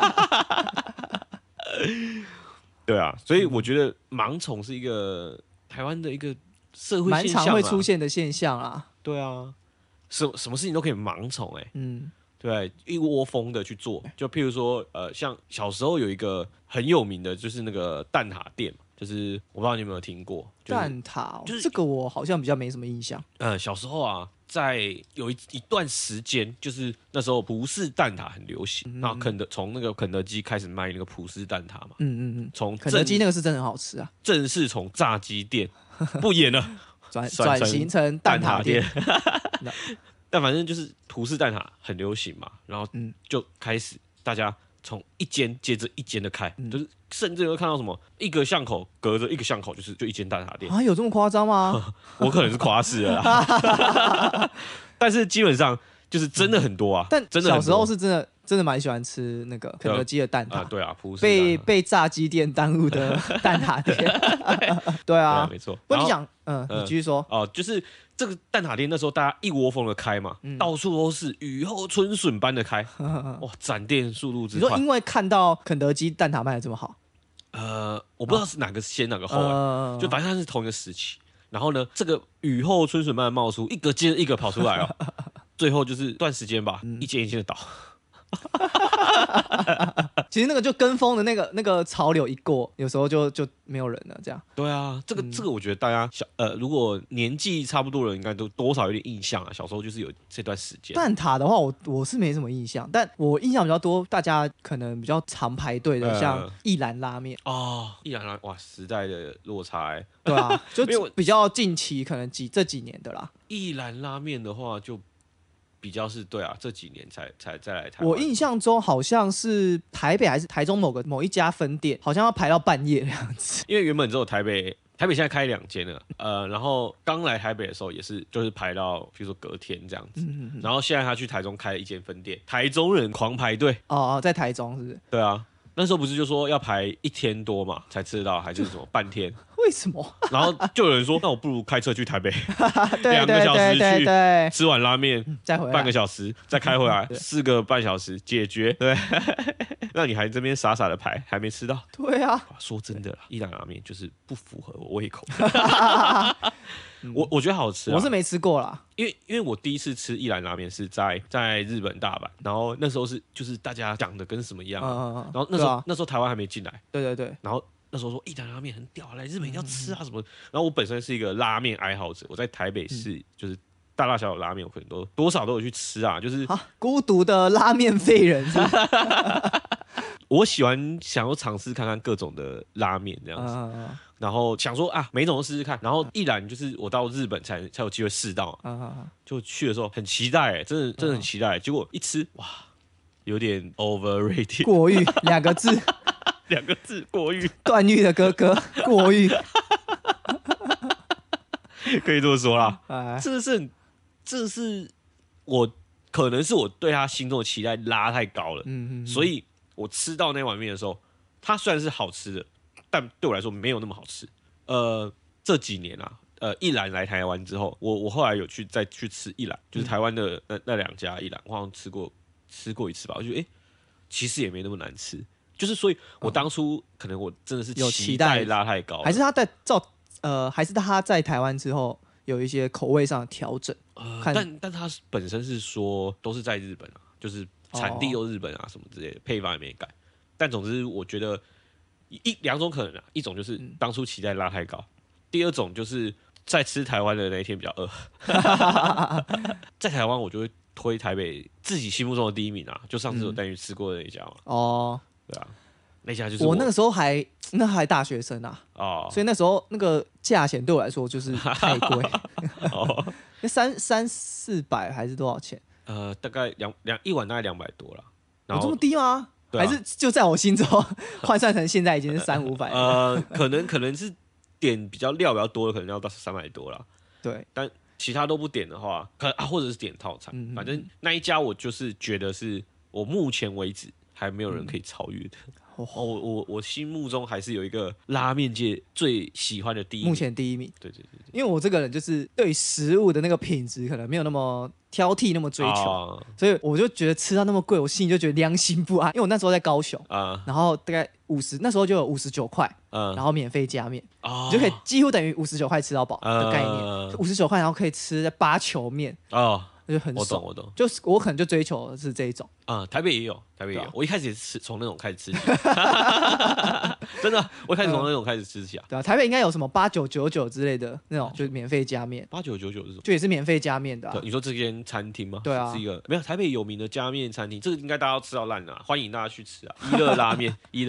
对啊，所以我觉得盲从是一个台湾的一个社会现象， 蛮常会出现的现象啦。 对啊，什么事情都可以盲从对，一窝蜂的去做。就譬如说像小时候有一个很有名的，就是那个蛋挞店，就是我不知道你有没有听过蛋挞，就是这个我好像比较没什么印象。 小时候在有一段时间，就是那时候葡式蛋挞很流行，然后从那个肯德基开始卖那个葡式蛋挞嘛，从肯德基那个是真的很好吃啊， 正式从炸鸡店不演了， 转型成蛋挞店。 但反正就是葡式蛋挞很流行嘛，然后就开始大家从一间接着一间的开，就是甚至会看到什么一个巷口隔着一个巷口就一间蛋挞店啊，有这么夸张吗？ 我可能是夸饰了啦，但是基本上就是真的很多啊。 但小时候是真的蛮喜欢吃那个肯德基的蛋挞对啊，葡式被炸鸡店耽误的蛋挞店。对啊， 没错。 不过你讲，你继续说就是这个蛋挞店那时候大家一窝蜂的开嘛，到处都是雨后春笋般的开，哇，展店速度之快。 你说因为看到肯德基蛋挞卖的这么好， 我不知道是哪个先哪个后就反正它是同一个时期。然后呢，这个雨后春笋般的冒出，一个接着一个跑出来最后就是段时间吧，一间一间的倒。 其实那个就跟风的那个潮流一过，有时候就没有人了，这样。 对啊，这个我觉得大家如果年纪差不多的人，应该都多少有点印象啊。小时候就是有这段时间。 蛋挞的话，我是没什么印象，但我印象比较多，大家可能比较常排队的，像一兰拉面一兰拉面哇，时代的落差对啊，就比较近期可能这几年的啦。 一兰拉面的话就。比较是对啊，这几年才再来台湾。 我印象中好像是台北还是台中某一家分店，好像要排到半夜的样子。 因为原本只有台北现在开2间了，然后刚来台北的时候也是就是排到，比如说隔天这样子。然后现在他去台中开了1间分店，台中人狂排队。 在台中是不是？ 对啊。那时候不是就说要排1天多嘛才吃得到，还是什么半天？ 为什么？ 然后就有人说，那我不如开车去台北，2个小时去吃碗拉面， 再回来半个小时，再开回来4个半小时解决。对，那你还这边傻傻的排，还没吃到？ 对啊。 说真的啦，一兰拉面就是不符合我胃口。我觉得好吃， 我是没吃过啦。 因为我第一次吃一兰拉面是在日本大阪，然后那时候就是大家讲的跟什么一样，然后那时候台湾还没进来， 对， 然后那时候说一兰拉面很屌，来日本一定要吃啊什么。然后我本身是一个拉面爱好者，我在台北市就是大大小小拉面，我可能多少都有去吃啊，就是孤独的拉面废人是吧？ 我想要尝试看看各种的拉面这样子，然后想说每种都试试看。然后一兰就是我到日本才有机会试到，就去的时候很期待，真的很期待。结果一吃哇，有点 overrated， 过誉2个字 ，2个字过誉， 段誉的哥哥过誉， 可以这么说啦。这是我可能是我对他心中的期待拉太高了，所以我吃到那碗面的时候，它虽然是好吃的，但对我来说没有那么好吃。这几年啊，一兰来台湾之后，我后来有再去吃一兰，就是台湾的那2家一兰，我好像吃过1次吧。我觉得其实也没那么难吃，就是所以我当初可能我真的是期待拉太高了， 还是还是他在台湾之后有一些口味上的调整。 但他本身是说都是在日本啊，就是产地都日本啊什么之类的，配方也没改。但总之我觉得2种可能啊，一种就是当初期待拉太高，第2种就是在吃台湾的那一天比较饿。在台湾我就会推台北自己心目中的第1名啊，就上次有带你吃过的那一家嘛。对啊，那家就是我那个时候还大学生啊，所以那时候那个价钱对我来说就是太贵。那300-400还是多少钱？ 大概一碗大概200多啦。 有这么低吗？还是就在我心中换算成现在已经是300-500？ 可能是点比较料比较多的，可能要到300多啦。 对，但其他都不点的话，或者是点套餐，反正那一家我就是觉得是我目前为止还没有人可以超越的。我心目中还是有一个拉面界最喜欢的第1名， 目前第1名。 对， 因为我这个人就是对食物的那个品质可能没有那么挑剔，那么追求，所以我就觉得吃到那么贵，我心里就觉得良心不安。因为我那时候在高雄，然后大概那时候就有59块，然后免费加面，你就可以几乎等于59块吃到饱的概念。59块，然后可以吃8球面就很爽。 我懂， 就是我可能就追求的是这一种。 台北也有，我一开始也是从那种开始吃起，真的，我一开始从那种开始吃起啊。 对啊，台北应该有什么8999之类的那种，就是免费加面。 8999是什么？ 就也是免费加面的。 你说这间餐厅吗？ 对啊， 是一个没有台北有名的加面餐厅，这个应该大家都吃到烂了，欢迎大家去吃啊！一乐拉面，一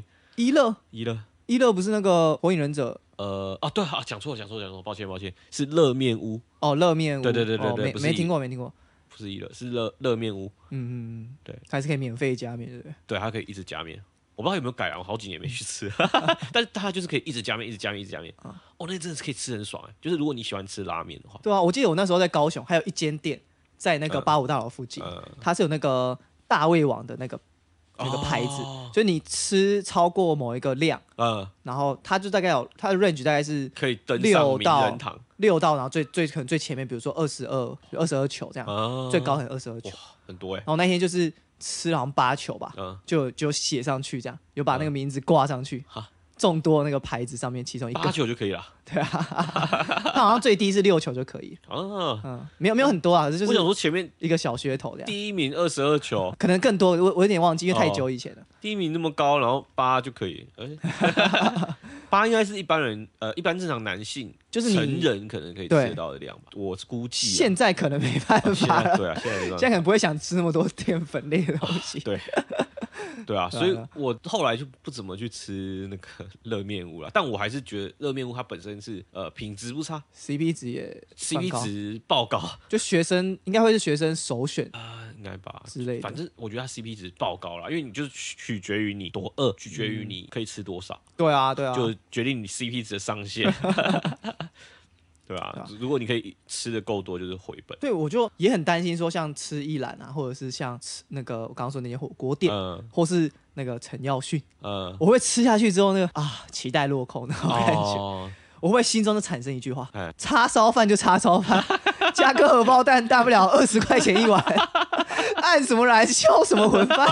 乐不是那个火影忍者？ 对啊，讲错，抱歉，是乐面屋。 乐面屋。 对， 没听过， 不是一乐，是乐面屋。对， 还是可以免费加面，对不对？ 对，它可以一直加面。我不知道有没有改啊，我好几年没去吃，但是它就是可以一直加面。那真的是可以吃很爽就是如果你喜欢吃拉面的话。 对啊，我记得我那时候在高雄，还有一间店在那个85大楼附近，它是有那个大胃王的那个牌子，所以你吃超过某一个量，然后它就大概有它的 range 大概是可以登上名人堂 ，6到然后可能最前面，比如说22球这样，最高可能22球， 很多然后那天就是吃好像8球吧，就写上去这样，有把那个名字挂上去， 众多那个牌子上面其中一个。 8球就可以了。 对啊，它好像最低是6球就可以。没有很多啊，就是我想说前面一个小噱头这样。 第1名22球， 可能更多，我有点忘记，因为太久以前了。 第1名那么高，然后8就可以，8应该是一般人一般正常男性就是成人可能可以吃得到的量吧，我估计。 现在可能没办法了， 对啊，现在可能不会想吃那么多淀粉类的东西。 对啊，所以我后来就不怎么去吃那个热面屋了，但我还是觉得热面屋它本身是品质不差 ，CP 值也 CP 值爆高， 就学生应该会是学生首选应该吧之类的。 反正我觉得它 CP 值爆高了，因为你就是取决于你多饿，取决于你可以吃多少。 对啊， 就决定你 CP 值的上限。对啊，如果你可以吃的够多，就是回本。 对，我就也很担心说，像吃一兰啊，或者是像吃那个我刚刚说那些火锅店，或是那个陈耀迅，我会吃下去之后那个期待落空那种感觉，我会心中就产生一句话：叉烧饭就叉烧饭，加个荷包蛋，大不了20块钱一碗，按什么来敲什么混饭。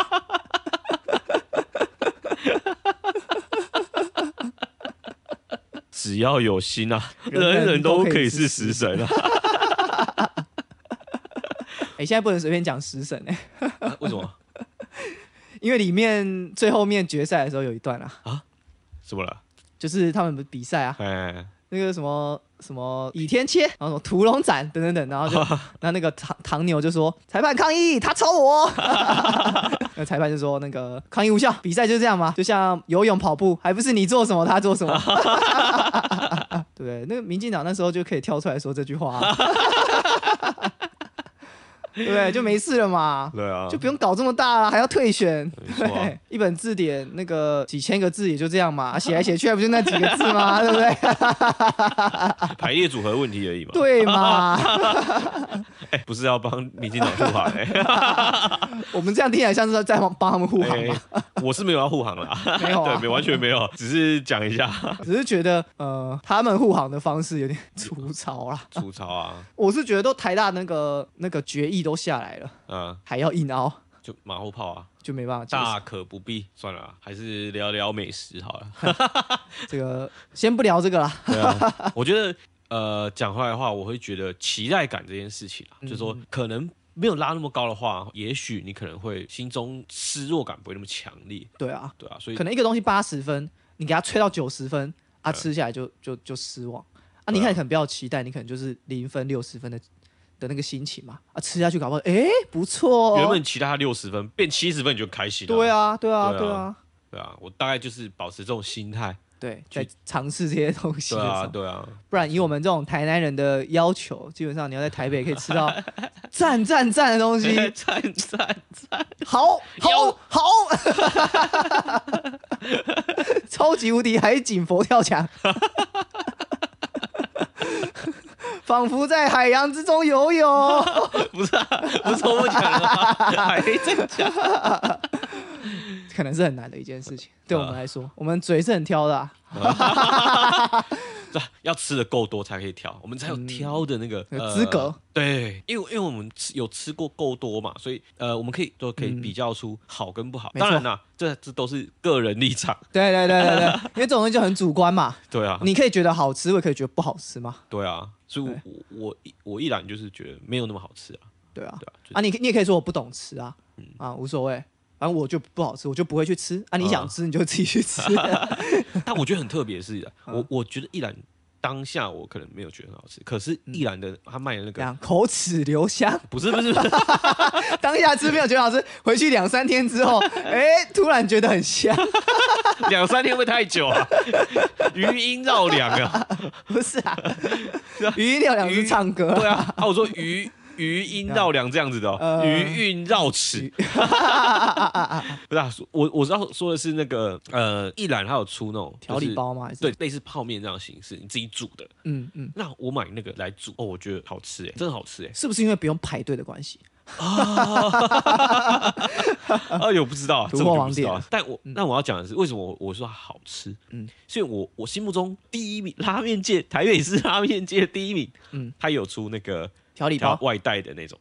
只要有心啊，人人都可以是食神啊！ 现在不能随便讲食神为什么？ 因为里面最后面决赛的时候有一段什么了？ 就是他们比赛那个什么倚天切，然后什么屠龙斩等等等，然后那个唐牛就说裁判抗议，他抽我。那裁判就说那个抗议无效，比赛就是这样嘛，就像游泳跑步，还不是你做什么他做什么。对不对？那个民进党那时候就可以跳出来说这句话。对不对？就没事了嘛。 对啊， 就不用搞这么大了，还要退选。对，一本字典那个几千个字也就这样嘛，写来写去还不就那几个字吗？对不对？ 排列组合问题而已嘛。 对嘛？ 不是要帮民进党护航我们这样听起来像是在帮他们护航吗？ 我是没有要护航啦， 没有对，完全没有，只是讲一下， 只是觉得他们护航的方式有点粗糙啦。 粗糙啊！ 我是觉得都台大那个决议都下来了，还要硬凹， 就马后炮啊， 就没办法。 大可不必，算了，还是聊聊美食好了。 这个先不聊这个啦。 对啊，我觉得讲回来的话，我会觉得期待感这件事情就是说可能没有拉那么高的话，也许你可能会心中失落感不会那么强烈。 对啊， 所以可能一个东西80分，你给它吹到90分吃下来就失望你看，你可能不要期待，你可能就是0分、60分的那个心情嘛吃下去搞不好不错原本期待它60分变70分你就开心了。 对啊， 我大概就是保持这种心态。 对，在尝试这些东西的时候。 对啊， 不然以我们这种台南人的要求，基本上你要在台北可以吃到赞的东西， 赞， 好，超级无敌海景佛跳墙，仿佛在海洋之中游泳。 不是我讲的吗？还在讲。 可能是很难的一件事情，对我们来说，我们嘴是很挑的要吃的够多才可以挑，我们才有挑的那个资格。 对，因为我们有吃过够多嘛，所以我们可以比较出好跟不好。当然啦，这都是个人立场。 对，因为这种东西就很主观嘛。 对啊， 你可以觉得好吃，我也可以觉得不好吃嘛。 对啊，所以我依然就是觉得没有那么好吃啊。 对啊，你也可以说我不懂吃无所谓。反正我就不好吃，我就不会去吃你想吃你就自己去吃。 但我觉得很特别的是我觉得一兰当下我可能没有觉得很好吃，可是一兰的他卖的那个口齿留香， 不是当下吃没有觉得好吃，回去2-3天之后突然觉得很香。 2-3天会太久啊？余音绕梁啊？ 不是余音绕梁是唱歌。 对啊，我说余音绕梁这样子的余韵绕齿。不是我知道说的是那个一兰它有出那种调理包吗？ 对，类似泡面这样的形式，你自己煮的。那我买那个来煮我觉得好吃真的好吃是不是因为不用排队的关系？ 我不知道， 突破盲点。 但我要讲的是，为什么我说它好吃？所以我心目中第一名拉面界台北市拉面界的第一名，它有出那个调理包外带的那种，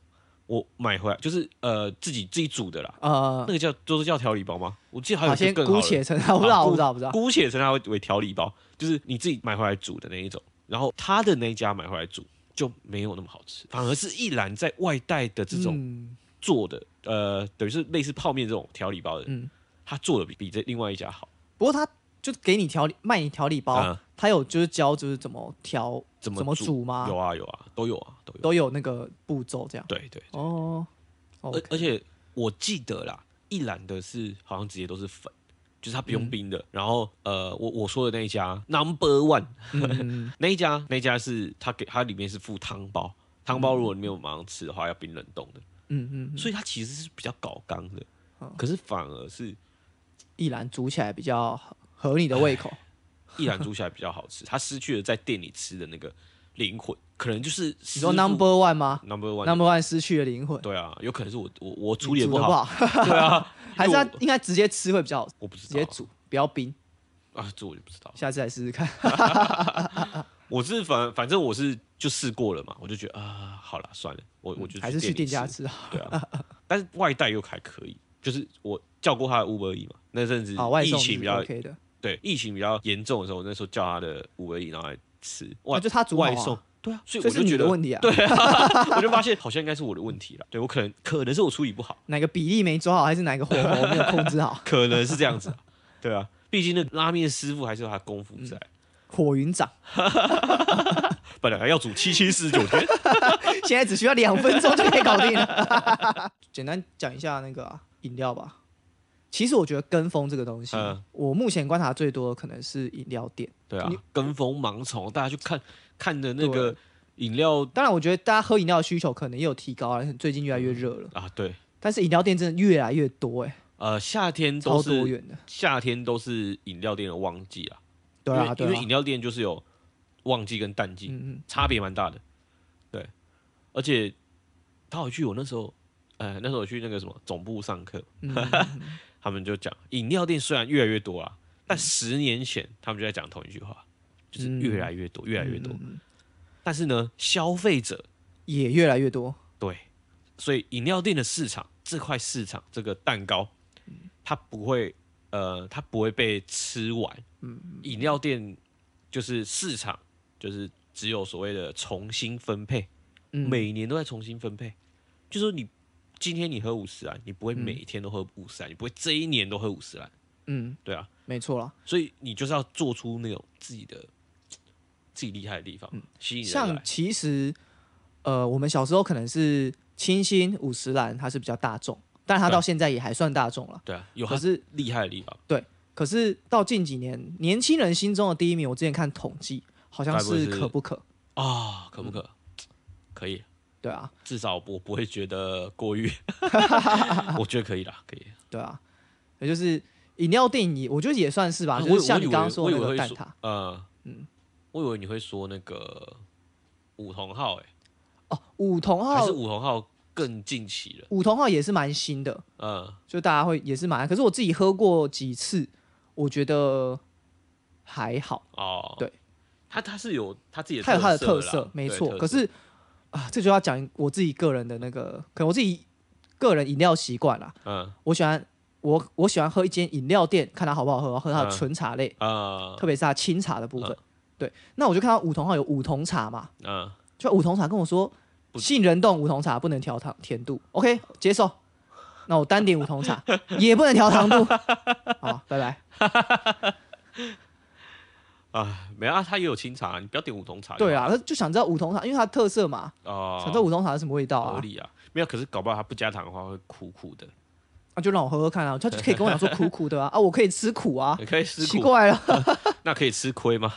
我买回来就是自己煮的啦，那个都是叫调理包吗？我记得还有更好的， 姑且称它，不知道， 姑且称它为调理包，就是你自己买回来煮的那一种。然后他的那一家买回来煮就没有那么好吃，反而是一兰在外带的这种做的，等于是类似泡面这种调理包的，他做的比这另外一家好。 不过他就给你卖你调理包，他有就是教就是怎么调、怎么煮吗？ 有啊，都有， 都有那个步骤这样。 对。 哦， 而且我记得啦，一兰的是好像直接都是粉。就是它不用冰的，然后我说的那一家 No.1，那一家是它里面是附汤包，汤包如果你没有马上吃的话，要冰冷冻的，所以它其实是比较搞刚的，可是反而是一兰煮起来比较合你的胃口， 一兰煮起来比较好吃，它失去了在店里吃的那个灵魂，可能就是你说 No.1 吗 ？No.1 失去了灵魂， 对啊，有可能是我处理的不好，对啊。 还是他应该直接吃会比较好， 我不知道， 直接煮不要冰啊，这我就不知道， 下次来试试看。 我是反正我是就试过了嘛，我就觉得好了算了，我就还是去店家吃好。对啊，但是外带又还可以，就是我叫过他的 Uber Eats 嘛，那阵子疫情比较对疫情比较严重的时候，那时候叫他的Uber Eats然后来吃， 就他煮外送。对啊，所以我就觉得问题啊， 对啊，我就发现好像应该是我的问题了。对我可能是我处理不好， 哪个比例没抓好，还是哪个火候没有控制好？ 可能是这样子，对啊，毕竟那拉面师傅还是有他功夫在。 火云掌， 本来要煮749天， 现在只需要2分钟就可以搞定了。简单讲一下那个饮料吧。其实我觉得跟风这个东西，我目前观察最多的可能是饮料店。 对啊，跟风盲从，大家去看的那个饮料。 当然，我觉得大家喝饮料的需求可能也有提高，最近越来越热了啊。对。 但是饮料店真的越来越多夏天超多元的， 夏天都是饮料店的旺季啊。 对啊， 因为饮料店就是有旺季跟淡季，差别蛮大的。对，而且他有去我那时候我去那个什么总部上课，他们就讲饮料店虽然越来越多啊，但10年前他们就在讲同一句话，就是越来越多，越来越多。但是呢，消费者也越来越多。 对，所以饮料店的市场这块市场这个蛋糕，它不会被吃完。饮料店就是市场，就是只有所谓的重新分配，每年都在重新分配。就是说你今天你喝50兰，你不会每天都喝50兰，你不会这一年都喝50兰。对啊， 没错啦。 所以你就是要做出那种自己厉害的地方，吸引人来。 像其实我们小时候可能是清新50兰，它是比较大众，但它到现在也还算大众了。 对啊，有它是厉害的地方。 对，可是到近几年，年轻人心中的第一名，我之前看统计，好像是可不可啊？可不可？可以。 对啊， 至少我不会觉得过誉，我觉得可以啦，可以。 对啊，也就是饮料店我觉得也算是吧，就是像你刚刚说的那个蛋挞。 我以为你会说那个五桐号， 五桐号还是五桐号更近期了。 五桐号也是蛮新的，就大家会也是蛮，可是我自己喝过几次，我觉得还好。对， 它是有它自己的， 它有它的特色，没错。可是这就要讲我自己个人的那个，可能我自己个人饮料习惯啦。我喜欢喝一间饮料店，看它好不好喝，喝它的纯茶类，特别是它清茶的部分。对，那我就看到五桐号有五桐茶嘛，就五桐茶跟我说，杏仁冻五桐茶不能调甜度 ，OK 接受。那我单点五桐茶也不能调糖度，好，拜拜。 没啊，它也有清茶，你不要点五桐茶。 对啊，就想知道五桐茶，因为它的特色嘛，想知道五桐茶是什么味道啊？ 合理啊，没有，可是搞不好它不加糖的话会苦苦的。 就让我喝喝看啊，他就可以跟我讲说苦苦的啊，我可以吃苦啊， 你可以吃苦， 奇怪了， 那可以吃亏吗？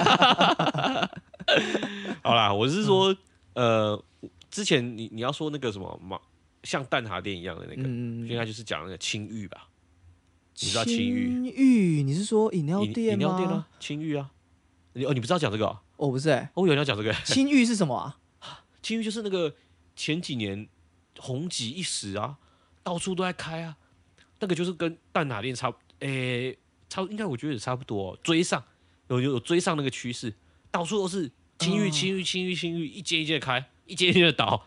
好啦，我是说，之前你要说那个什么嘛，像蛋挞店一样的那个，应该就是讲那个青玉吧？你知道青玉？ 你是说饮料店吗？ 饮料店啊，青玉啊，你不知道讲这个？ 我不是我以为你要讲这个。 青玉是什么啊？ 青玉就是那个前几年红极一时啊。到处都在开啊，那个就是跟蛋挞店应该我觉得也差不多，追上有追上那个趋势，到处都是青玉，一间一间的开，一间一间的倒，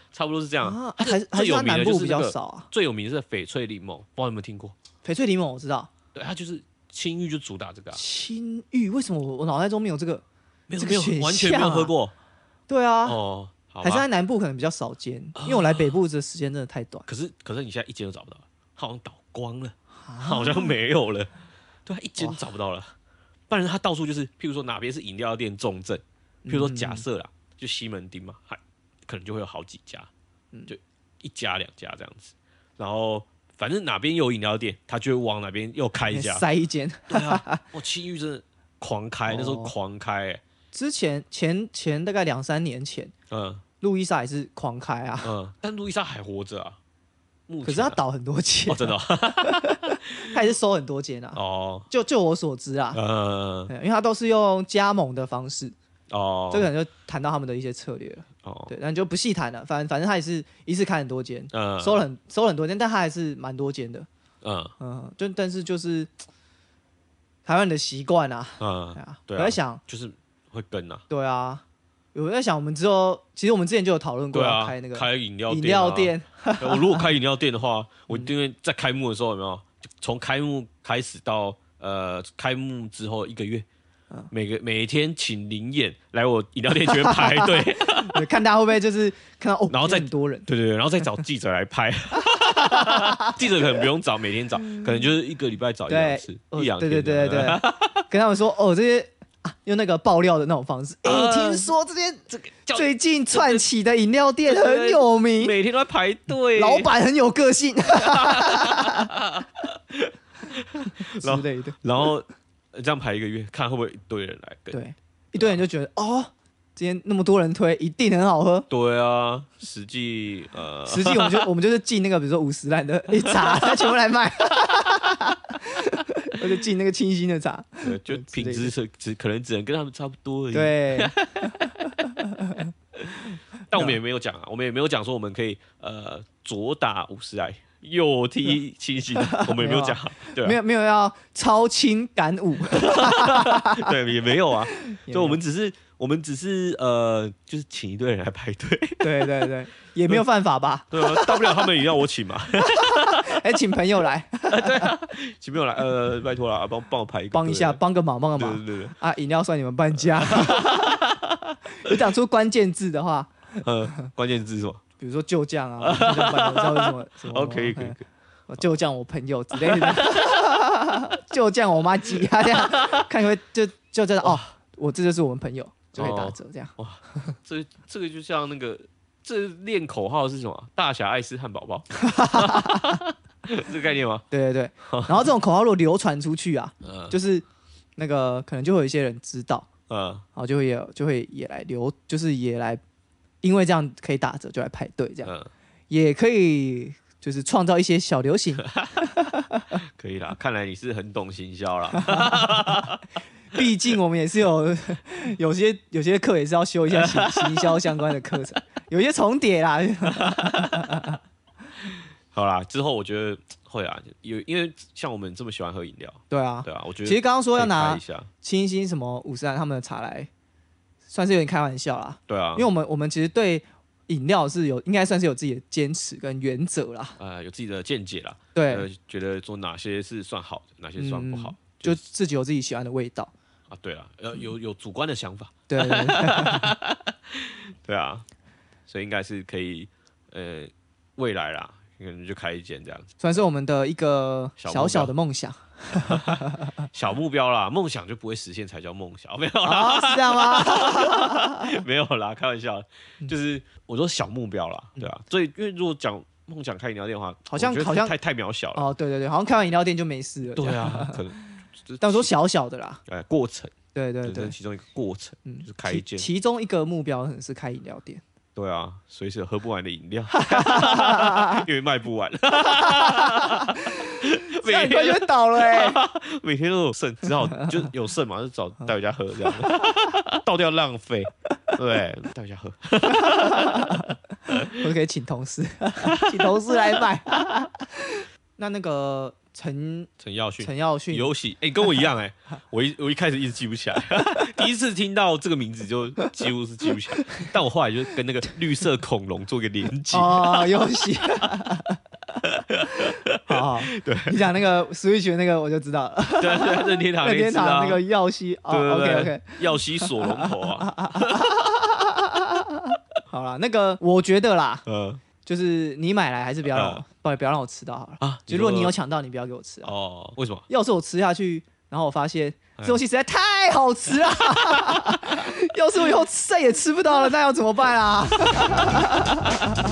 差不多是这样。 啊、还是它南部比较少啊。 最有名的是翡翠柠檬，不知道有没有听过？ 翡翠柠檬我知道， 对，它就是青玉就主打这个、啊。 青玉为什么我脑袋中没有这个？ 没有完全没有喝过。 对啊。 哦。 还是在南部可能比较少见，因为我来北部的时间真的太短。 可是你现在一间都找不到了，好像倒光了，好像没有了。对，一间找不到了。不然它到处就是，譬如说哪边是饮料店重镇，譬如说假设啦，就西门町嘛，可能就会有好几家，就1家2家这样子。然後反正哪边有饮料店，他就会往哪边又开一家， 塞一间。 对啊，青玉真的狂开，那时候狂开之前前大概2-3年前，路易莎也是狂开啊， 但路易莎还活着啊， 可是他倒很多间， 真的、哦， 他也是收很多间啊，就我所知啊，因为他都是用加盟的方式，这个可能就谈到他们的一些策略了，对，但就不细谈了，反正他也是一次开很多间，收了很多间，但他还是蛮多间的，但是就是台湾的习惯啊，对啊，我在想就是会跟啊， 对啊。我在想，我们之后其实我们之前就有讨论过要开那个开饮料店。我如果开饮料店的话，我一定会在开幕的时候有没有？从开幕开始到开幕之后1个月，每天请灵眼来我饮料店这边排队， 看大家会不会就是看到然后再很多人， 对，然后再找记者来拍。记者可能不用找，每天找，可能就是1个礼拜找1-2次，1-2天。 对，跟他们说这些。用那个爆料的那种方式，听说这间最近串起的饮料店很有名， 每天都在排队， 老板很有个性之类的。 然后这样排1个月，看会不会一堆人来跟。 对，一堆人就觉得今天那么多人推，一定很好喝。 对啊，实际我们就是进那个比如说50兰的一茶，他全部来卖。我就进那个清新的茶， 就品质可能只能跟他们差不多而已。 对， 但我们也没有讲啊，我们也没有讲说我们可以左打50来，右踢清新，我们也没有讲，对、啊， 没有要超轻感舞， 对，也没有啊，就我们只是就是请一堆人来排队， 对，也没有犯法吧？ 对啊，大不了他们也要我请嘛。 请朋友来， 对啊，请朋友来，拜托啦，帮我排一个， 帮一下，帮个忙， 对啊，饮料算你们半价。有讲出关键字的话， 关键字是什么？ 比如说旧将啊，知道为什么？ 可以， 旧将我朋友之类的，旧将我妈鸡啊，这样看会就真的我这就是我们朋友，就可以打折这样。 哇，这个就像那个。这练口号是什么？大侠爱吃汉堡包，这个概念吗？ 对。然后这种口号如果流传出去啊，就是那个可能就会有一些人知道，然后就会也来就是也来，因为这样可以打折就来排队，这样也可以就是创造一些小流行。 可以啦，看来你是很懂行销啦。 毕竟我们也是有些课也是要修一下行销相关的课程，有些重叠啦。 好啦，之后我觉得会啊，因为像我们这么喜欢喝饮料，对啊，我觉得其实刚刚说要拿清新什么50兰他们的茶来，算是有点开玩笑啦。 对啊， 因为我们其实对饮料应该算是有自己的坚持跟原则啦， 有自己的见解啦。 对， 觉得说哪些是算好的，哪些算不好， 就自己有自己喜欢的味道。 对了，有主观的想法， 对， 对啊，所以应该是可以，未来啦，可能就开一间这样子， 算是我们的一个小的梦想， 小目标啦，梦想就不会实现才叫梦想，没有啦， 是这样吗？ 没有啦，开玩笑，就是我说小目标啦，对啊，所以因为如果讲梦想开饮料店的话， 好像太渺小了， 对，好像开完饮料店就没事了， 对啊，可能。 但我说小的啦， 过程，对，其中一个过程，就是开一间， 其中一个目标可能是开饮料店， 对啊，随时喝不完的饮料，因为卖不完， 每天就倒了每天都有剩，只好就有剩嘛，就找带回家喝这样，倒掉浪费，对，带回家喝， 我可以请同事来买。 那个陈耀迅游戏，跟我一样我一开始一直记不起来，第一次听到这个名字就几乎是记不起来，但我后来就跟那个绿色恐龙做个连接。 游戏。好，对你讲那个 Switch 的那个我就知道了。 对，任天堂那个耀西，OK， 耀西锁龙头啊。 好啦，那个我觉得啦，就是你买来还是不要让我吃到好了啊。就如果你有抢到，你不要给我吃哦。为什么？ 要是我吃下去，然后我发现这东西实在太好吃了，要是我以后再也吃不到了，那要怎么办啊？